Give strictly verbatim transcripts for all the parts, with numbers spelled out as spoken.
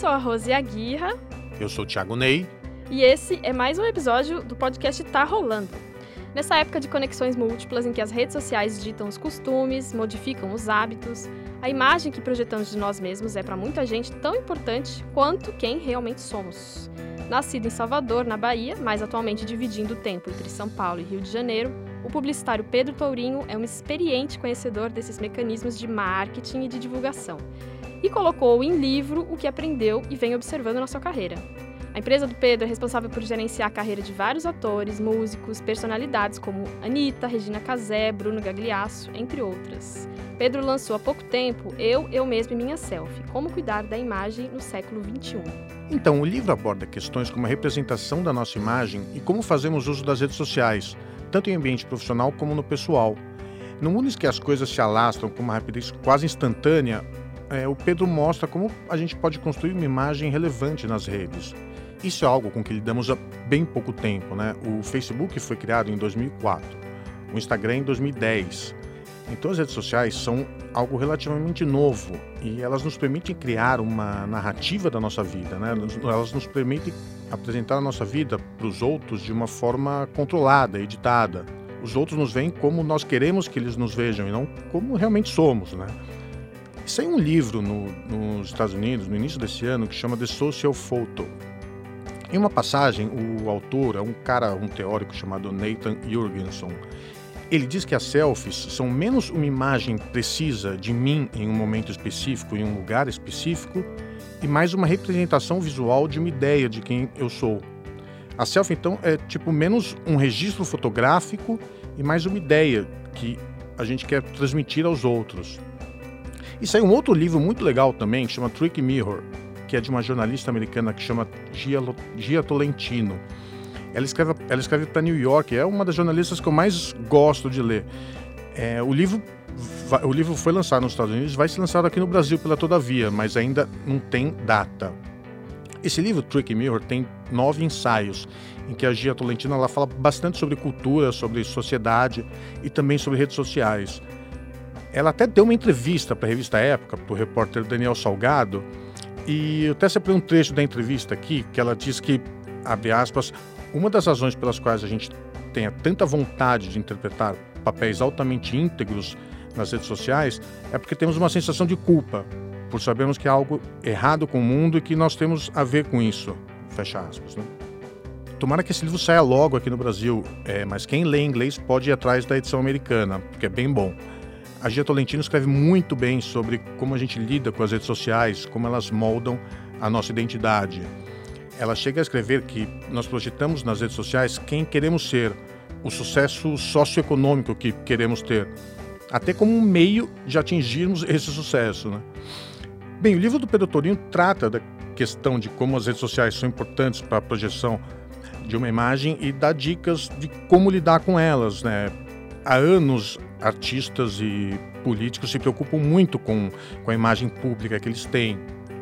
sou a Rose Aguirra. Eu sou o Thiago Ney. E esse é mais um episódio do podcast Tá Rolando. Nessa época de conexões múltiplas em que as redes sociais ditam os costumes, modificam os hábitos, a imagem que projetamos de nós mesmos é para muita gente tão importante quanto quem realmente somos. Nascido em Salvador, na Bahia, mas atualmente dividindo o tempo entre São Paulo e Rio de Janeiro, o publicitário Pedro Tourinho é um experiente conhecedor desses mecanismos de marketing e de divulgação, e colocou em livro o que aprendeu e vem observando na sua carreira. A empresa do Pedro é responsável por gerenciar a carreira de vários atores, músicos, personalidades como Anitta, Regina Casé, Bruno Gagliasso, entre outras. Pedro lançou há pouco tempo Eu, Eu Mesmo e Minha Selfie, Como Cuidar da Imagem no Século vinte e um. Então, o livro aborda questões como a representação da nossa imagem e como fazemos uso das redes sociais, tanto em ambiente profissional como no pessoal. No mundo em que as coisas se alastram com uma rapidez quase instantânea, é, o Pedro mostra como a gente pode construir uma imagem relevante nas redes. Isso é algo com que lidamos há bem pouco tempo, né? O Facebook foi criado em dois mil e quatro, o Instagram em dois mil e dez. Então as redes sociais são algo relativamente novo e elas nos permitem criar uma narrativa da nossa vida, né? Elas nos permitem apresentar a nossa vida para os outros de uma forma controlada, editada. Os outros nos veem como nós queremos que eles nos vejam e não como realmente somos, né? Saiu um livro no, nos Estados Unidos, no início desse ano, que chama The Social Photo. Em uma passagem, o autor é um cara, um teórico chamado Nathan Jurgenson. Ele diz que as selfies são menos uma imagem precisa de mim em um momento específico, em um lugar específico, e mais uma representação visual de uma ideia de quem eu sou. A selfie, então, é tipo menos um registro fotográfico e mais uma ideia que a gente quer transmitir aos outros. E saiu um outro livro muito legal também, que chama Trick Mirror, que é de uma jornalista americana que chama Gia, Gia Tolentino. Ela escreve, ela escreve para New York, é uma das jornalistas que eu mais gosto de ler. É, o, livro, o livro foi lançado nos Estados Unidos, vai ser lançado aqui no Brasil pela Todavia, mas ainda não tem data. Esse livro, Trick Mirror, tem nove ensaios, em que a Gia Tolentino ela fala bastante sobre cultura, sobre sociedade e também sobre redes sociais. Ela até deu uma entrevista para a revista Época, para o repórter Daniel Salgado, e eu até separei um trecho da entrevista aqui, que ela diz que, abre aspas, uma das razões pelas quais a gente tenha tanta vontade de interpretar papéis altamente íntegros nas redes sociais é porque temos uma sensação de culpa, por sabermos que há algo errado com o mundo e que nós temos a ver com isso, fecha aspas, né? Tomara que esse livro saia logo aqui no Brasil, é, mas quem lê inglês pode ir atrás da edição americana, porque é bem bom. A Gia Tolentino escreve muito bem sobre como a gente lida com as redes sociais, como elas moldam a nossa identidade. Ela chega a escrever que nós projetamos nas redes sociais quem queremos ser, o sucesso socioeconômico que queremos ter, até como um meio de atingirmos esse sucesso, né? Bem, o livro do Pedro Tourinho trata da questão de como as redes sociais são importantes para a projeção de uma imagem e dá dicas de como lidar com elas, né? Há anos, artistas e políticos se preocupam muito com, com a imagem pública que eles têm.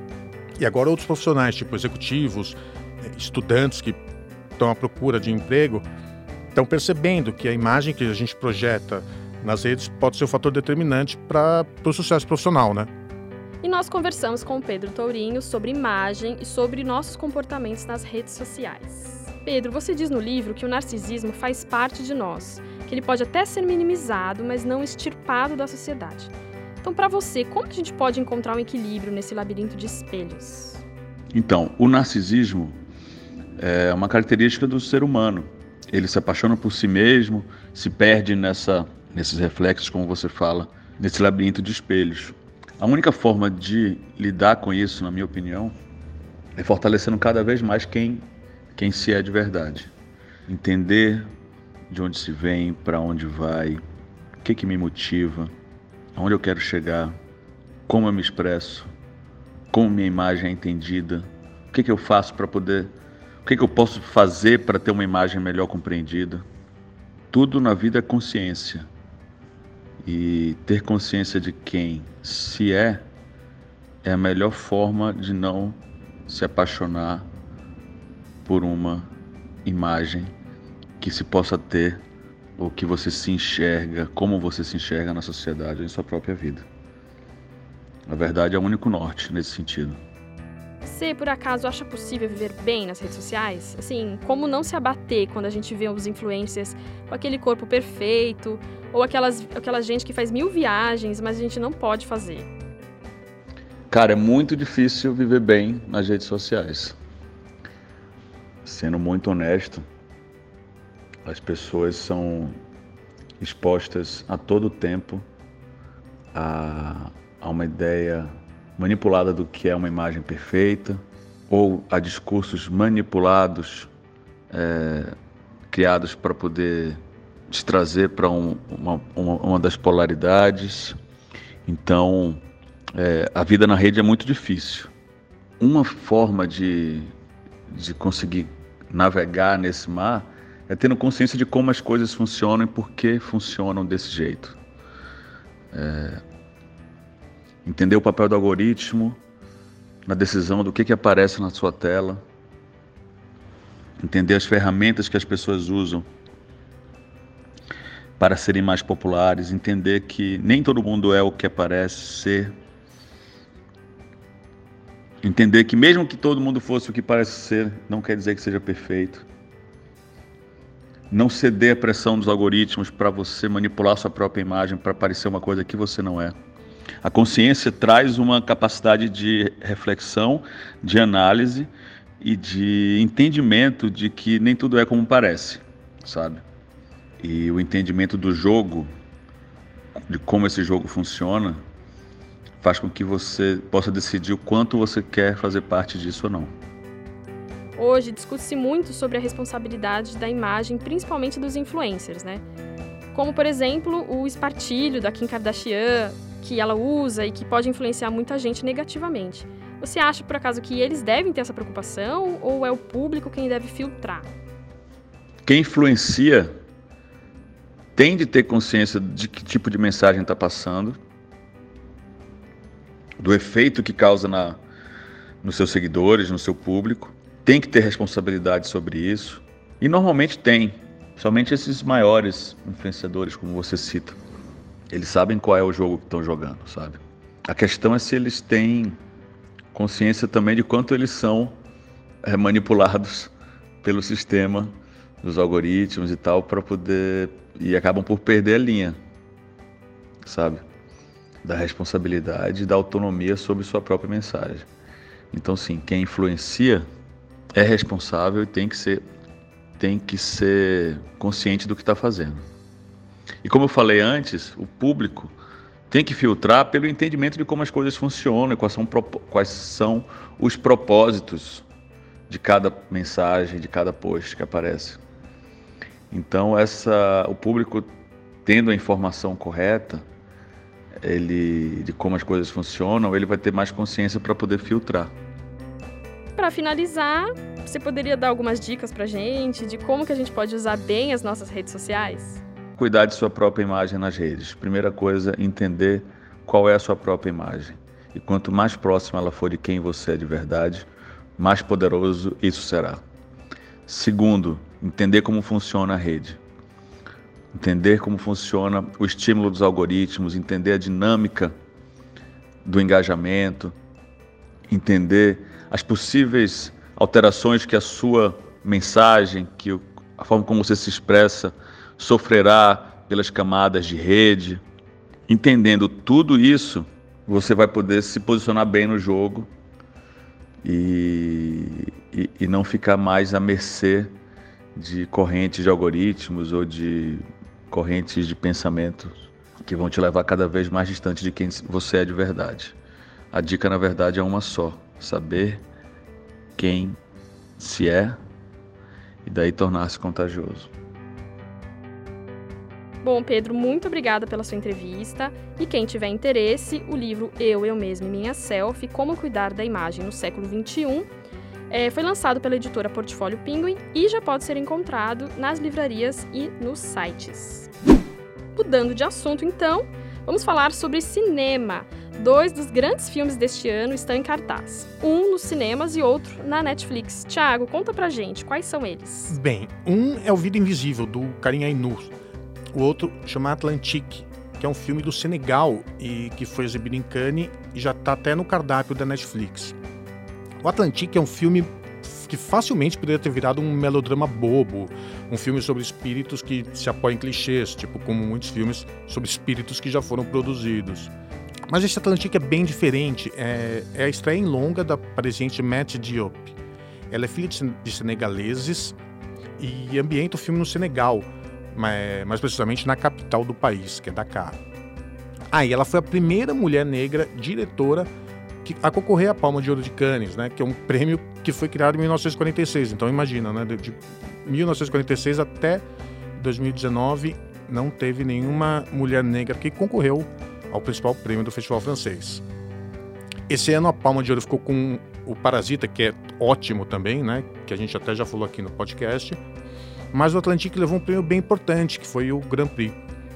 E agora outros profissionais, tipo executivos, estudantes que estão à procura de emprego, estão percebendo que a imagem que a gente projeta nas redes pode ser um fator determinante para o sucesso profissional, né? E nós conversamos com o Pedro Tourinho sobre imagem e sobre nossos comportamentos nas redes sociais. Pedro, você diz no livro que o narcisismo faz parte de nós, que ele pode até ser minimizado, mas não extirpado da sociedade. Então, para você, como a gente pode encontrar um equilíbrio nesse labirinto de espelhos? Então, o narcisismo é uma característica do ser humano. Ele se apaixona por si mesmo, se perde nessa, nesses reflexos, como você fala, nesse labirinto de espelhos. A única forma de lidar com isso, na minha opinião, é fortalecendo cada vez mais quem, quem se é de verdade. Entender de onde se vem, para onde vai, o que, que me motiva, aonde eu quero chegar, como eu me expresso, como minha imagem é entendida, o que, que eu faço para poder, o que, que eu posso fazer para ter uma imagem melhor compreendida. Tudo na vida é consciência. E ter consciência de quem se é, é a melhor forma de não se apaixonar por uma imagem que se possa ter, ou que você se enxerga, como você se enxerga na sociedade, em sua própria vida. Na verdade, é o único norte nesse sentido. Você, por acaso, acha possível viver bem nas redes sociais? Assim, como não se abater quando a gente vê os influencers com aquele corpo perfeito, ou aquelas, aquela gente que faz mil viagens, mas a gente não pode fazer? Cara, é muito difícil viver bem nas redes sociais. Sendo muito honesto, as pessoas são expostas a todo tempo a, a uma ideia manipulada do que é uma imagem perfeita, ou a discursos manipulados, é, criados para poder te trazer para um, uma, uma, uma das polaridades. Então, é, a vida na rede é muito difícil. Uma forma de, de conseguir navegar nesse mar é tendo consciência de como as coisas funcionam e por que funcionam desse jeito. É, entender o papel do algoritmo na decisão do que, que aparece na sua tela. Entender as ferramentas que as pessoas usam para serem mais populares. Entender que nem todo mundo é o que parece ser. Entender que mesmo que todo mundo fosse o que parece ser, não quer dizer que seja perfeito. Não ceder à pressão dos algoritmos para você manipular sua própria imagem para parecer uma coisa que você não é. A consciência traz uma capacidade de reflexão, de análise e de entendimento de que nem tudo é como parece, sabe? E o entendimento do jogo, de como esse jogo funciona, faz com que você possa decidir o quanto você quer fazer parte disso ou não. Hoje discute-se muito sobre a responsabilidade da imagem, principalmente dos influencers, né? Como, por exemplo, o espartilho da Kim Kardashian, que ela usa e que pode influenciar muita gente negativamente. Você acha, por acaso, que eles devem ter essa preocupação ou é o público quem deve filtrar? Quem influencia tem de ter consciência de que tipo de mensagem está passando, do efeito que causa na, nos seus seguidores, no seu público. Tem que ter responsabilidade sobre isso. E normalmente tem. Somente esses maiores influenciadores, como você cita. Eles sabem qual é o jogo que estão jogando, sabe? A questão é se eles têm consciência também de quanto eles são é, manipulados pelo sistema, dos algoritmos e tal, para poder... E acabam por perder a linha, sabe? Da responsabilidade e da autonomia sobre sua própria mensagem. Então, sim, quem influencia é responsável e tem que ser, tem que ser consciente do que está fazendo. E como eu falei antes, o público tem que filtrar pelo entendimento de como as coisas funcionam e quais são, quais são os propósitos de cada mensagem, de cada post que aparece. Então, essa, o público tendo a informação correta, ele, de como as coisas funcionam, ele vai ter mais consciência para poder filtrar. Para finalizar, você poderia dar algumas dicas para a gente de como que a gente pode usar bem as nossas redes sociais? Cuidar de sua própria imagem nas redes. Primeira coisa, entender qual é a sua própria imagem. E quanto mais próxima ela for de quem você é de verdade, mais poderoso isso será. Segundo, entender como funciona a rede. Entender como funciona o estímulo dos algoritmos, entender a dinâmica do engajamento, entender as possíveis alterações que a sua mensagem, que a forma como você se expressa, sofrerá pelas camadas de rede. Entendendo tudo isso, você vai poder se posicionar bem no jogo e, e, e não ficar mais à mercê de correntes de algoritmos ou de correntes de pensamento que vão te levar cada vez mais distante de quem você é de verdade. A dica, na verdade, é uma só: saber quem se é e daí tornar-se contagioso. Bom, Pedro, muito obrigada pela sua entrevista. E quem tiver interesse, o livro Eu, Eu Mesmo e Minha Selfie, Como Cuidar da Imagem no Século vinte e um, é, foi lançado pela editora Portfólio Penguin e já pode ser encontrado nas livrarias e nos sites. Mudando de assunto, então, vamos falar sobre cinema. Dois dos grandes filmes deste ano estão em cartaz. Um nos cinemas e outro na Netflix. Thiago, conta pra gente, quais são eles? Bem, um é O Vida Invisível, do Karim Ainur. O outro chama Atlantique, que é um filme do Senegal e que foi exibido em Cannes e já está até no cardápio da Netflix. O Atlantique é um filme que facilmente poderia ter virado um melodrama bobo, um filme sobre espíritos que se apoia em clichês, tipo como muitos filmes sobre espíritos que já foram produzidos. Mas esse Atlantique é bem diferente, é, é a estreia em longa da parisien Mati Diop. Ela é filha de, de senegaleses e ambienta o filme no Senegal, mais, mais precisamente na capital do país, que é Dakar. Ah, e ela foi a primeira mulher negra diretora que, a concorrer à Palma de Ouro de Cannes, né, que é um prêmio que foi criado em mil novecentos e quarenta e seis. Então imagina, né, de, de mil novecentos e quarenta e seis até dois mil e dezenove não teve nenhuma mulher negra que concorreu ao principal prêmio do festival francês. Esse ano a Palma de Ouro ficou com o Parasita, que é ótimo também, né, que a gente até já falou aqui no podcast, mas o Atlantique levou um prêmio bem importante, que foi o Grand Prix.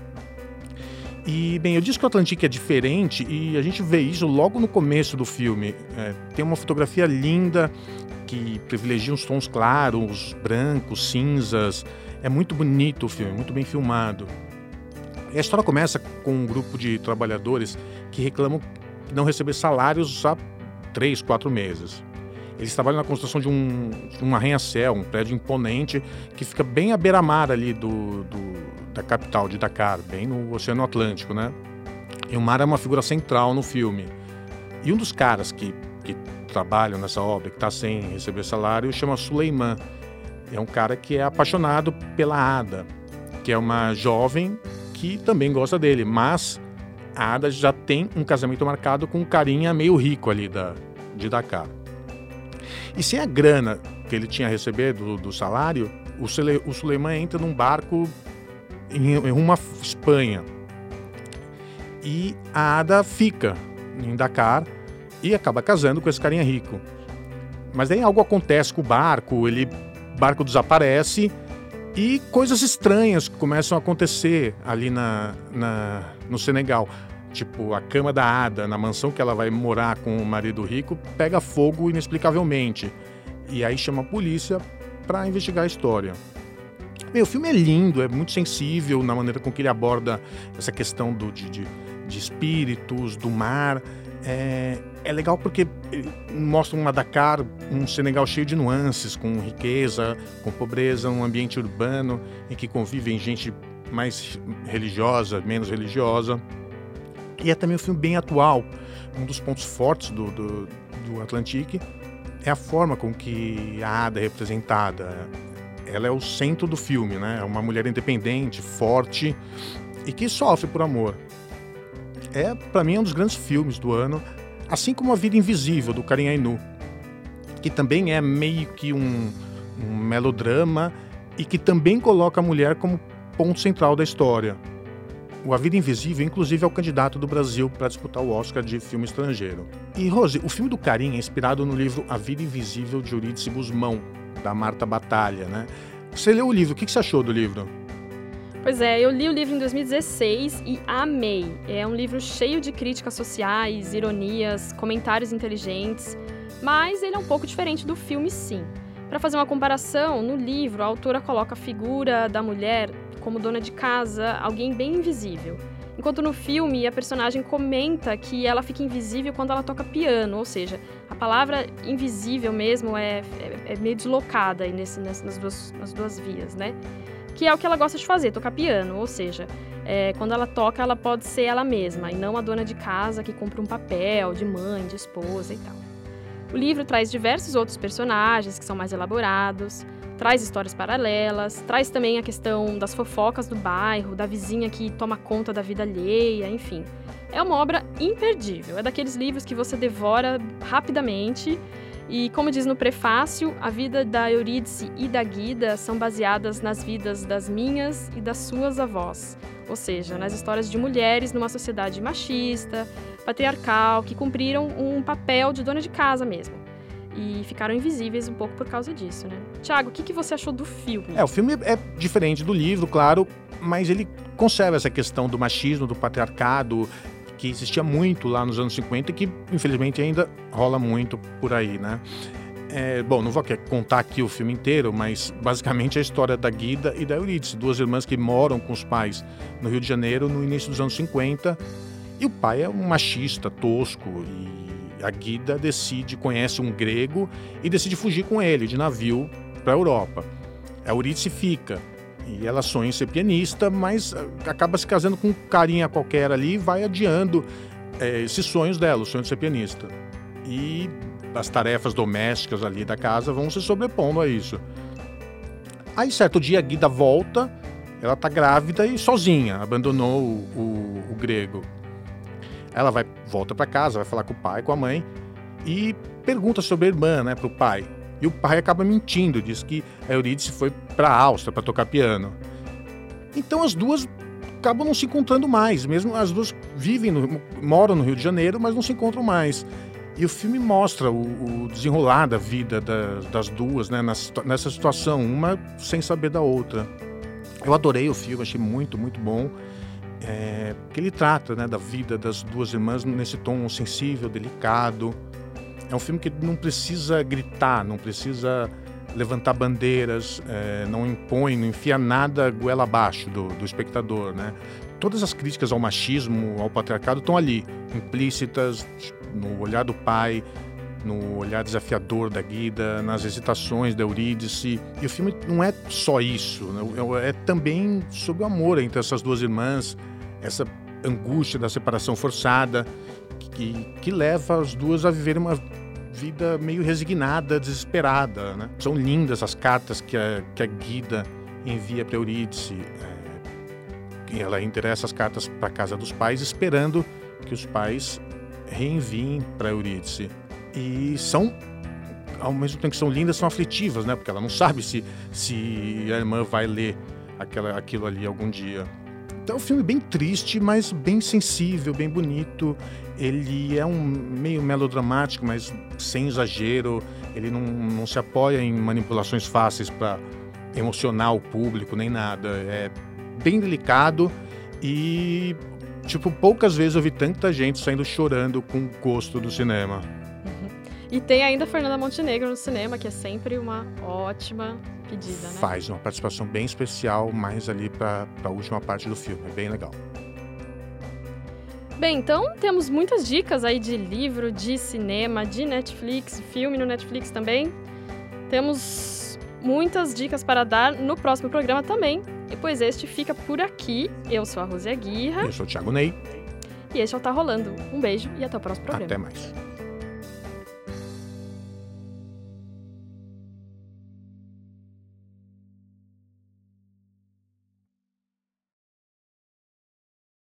E, bem, eu disse que o Atlantique é diferente e a gente vê isso logo no começo do filme. É, tem uma fotografia linda que privilegia os tons claros, brancos, cinzas. É muito bonito o filme, muito bem filmado. E a história começa com um grupo de trabalhadores que reclamam de não receber salários há três, quatro meses. Eles trabalham na construção de um, de um arranha-céu, um prédio imponente que fica bem à beira-mar ali do, do, da capital de Dakar, bem no Oceano Atlântico, né? E o mar é uma figura central no filme. E um dos caras que, que trabalham nessa obra, que está sem receber salário, chama Suleiman. É um cara que é apaixonado pela Ada, que é uma jovem que também gosta dele, mas a Ada já tem um casamento marcado com um carinha meio rico ali da, de Dakar. E sem a grana que ele tinha a receber do, do salário, o, Sule, o Suleiman entra num barco em, em uma Espanha. E a Ada fica em Dakar e acaba casando com esse carinha rico. Mas aí algo acontece com o barco, ele, o barco desaparece e coisas estranhas começam a acontecer ali na, na, no Senegal. Tipo, a cama da Ada, na mansão que ela vai morar com o marido rico, pega fogo inexplicavelmente. E aí chama a polícia para investigar a história. Bem, o filme é lindo, é muito sensível na maneira com que ele aborda essa questão do, de, de, de espíritos, do mar. É, é legal porque mostra uma Dakar, um Senegal cheio de nuances, com riqueza, com pobreza, um ambiente urbano em que convivem gente mais religiosa, menos religiosa. E é também um filme bem atual. Um dos pontos fortes do, do, do Atlantique é a forma com que a Ada é representada. Ela é o centro do filme, né? É uma mulher independente, forte e que sofre por amor. É, para mim, um dos grandes filmes do ano, assim como A Vida Invisível, do Karim Ainu, que também é meio que um, um melodrama e que também coloca a mulher como ponto central da história. O A Vida Invisível, inclusive, é o candidato do Brasil para disputar o Oscar de filme estrangeiro. E, Rose, o filme do Karim é inspirado no livro A Vida Invisível, de Eurídice Gusmão, da Marta Batalha, né? Você leu o livro, o que você achou do livro? Pois é, eu li o livro em dois mil e dezesseis e amei. É um livro cheio de críticas sociais, ironias, comentários inteligentes, mas ele é um pouco diferente do filme, sim. Para fazer uma comparação, no livro a autora coloca a figura da mulher como dona de casa, alguém bem invisível. Enquanto no filme a personagem comenta que ela fica invisível quando ela toca piano, ou seja, a palavra invisível mesmo é, é, é meio deslocada aí nesse, nas, duas, nas duas vias, né? Que é o que ela gosta de fazer, tocar piano, ou seja, é, quando ela toca ela pode ser ela mesma e não a dona de casa que cumpre um papel de mãe, de esposa e tal. O livro traz diversos outros personagens que são mais elaborados, traz histórias paralelas, traz também a questão das fofocas do bairro, da vizinha que toma conta da vida alheia, enfim. É uma obra imperdível, é daqueles livros que você devora rapidamente e, como diz no prefácio, a vida da Eurídice e da Guida são baseadas nas vidas das minhas e das suas avós, ou seja, nas histórias de mulheres numa sociedade machista, patriarcal, que cumpriram um papel de dona de casa mesmo. E ficaram invisíveis um pouco por causa disso, né? Tiago, o que, que você achou do filme? É, o filme é diferente do livro, claro, mas ele conserva essa questão do machismo, do patriarcado, que existia muito lá nos anos cinquenta e que, infelizmente, ainda rola muito por aí, né? É, bom, não vou contar aqui o filme inteiro, mas basicamente é a história da Guida e da Eurídice, duas irmãs que moram com os pais no Rio de Janeiro no início dos anos cinquenta, e o pai é um machista, tosco, e a Guida decide, conhece um grego e decide fugir com ele de navio para a Europa. A Eurídice fica e ela sonha em ser pianista, mas acaba se casando com um carinha qualquer ali e vai adiando é, esses sonhos dela, o sonho de ser pianista. E as tarefas domésticas ali da casa vão se sobrepondo a isso. Aí certo dia a Guida volta, ela tá grávida e sozinha, abandonou o, o, o grego. Ela vai, volta para casa, vai falar com o pai, com a mãe e pergunta sobre a irmã, né, pro pai. E o pai acaba mentindo, diz que a Eurídice foi para a Áustria para tocar piano. Então as duas acabam não se encontrando mais, mesmo as duas vivem, no, moram no Rio de Janeiro, mas não se encontram mais. E o filme mostra o, o desenrolar da vida da, das duas, né, nessa situação, uma sem saber da outra. Eu adorei o filme, achei muito, muito bom. É, porque ele trata, né, da vida das duas irmãs nesse tom sensível, delicado. É um filme que não precisa gritar, não precisa levantar bandeiras, é, não impõe, não enfia nada goela abaixo do, do espectador, né? Todas as críticas ao machismo, ao patriarcado estão ali, implícitas no olhar do pai, no olhar desafiador da Guida, nas hesitações da Eurídice. E o filme não é só isso, né? É também sobre o amor entre essas duas irmãs, essa angústia da separação forçada, que, que leva as duas a viver uma vida meio resignada, desesperada, né? São lindas as cartas que a, que a Guida envia para Eurídice. É, ela endereça as cartas para a casa dos pais, esperando que os pais reenviem para Eurídice. E são, ao mesmo tempo que são lindas, são aflitivas, né? Porque ela não sabe se, se a irmã vai ler aquela, aquilo ali algum dia. Então é um filme bem triste, mas bem sensível, bem bonito. Ele é um meio melodramático, mas sem exagero. Ele não, não se apoia em manipulações fáceis para emocionar o público, nem nada. É bem delicado e, tipo, poucas vezes eu vi tanta gente saindo chorando com o gosto do cinema. E tem ainda a Fernanda Montenegro no cinema, que é sempre uma ótima pedida, né? Faz uma participação bem especial, mais ali para a última parte do filme. É bem legal. Bem, então temos muitas dicas aí de livro, de cinema, de Netflix, filme no Netflix também. Temos muitas dicas para dar no próximo programa também. E pois este fica por aqui. Eu sou a Rose Aguirre. Eu sou o Thiago Ney. E este é o Tá Rolando. Um beijo e até o próximo programa. Até mais.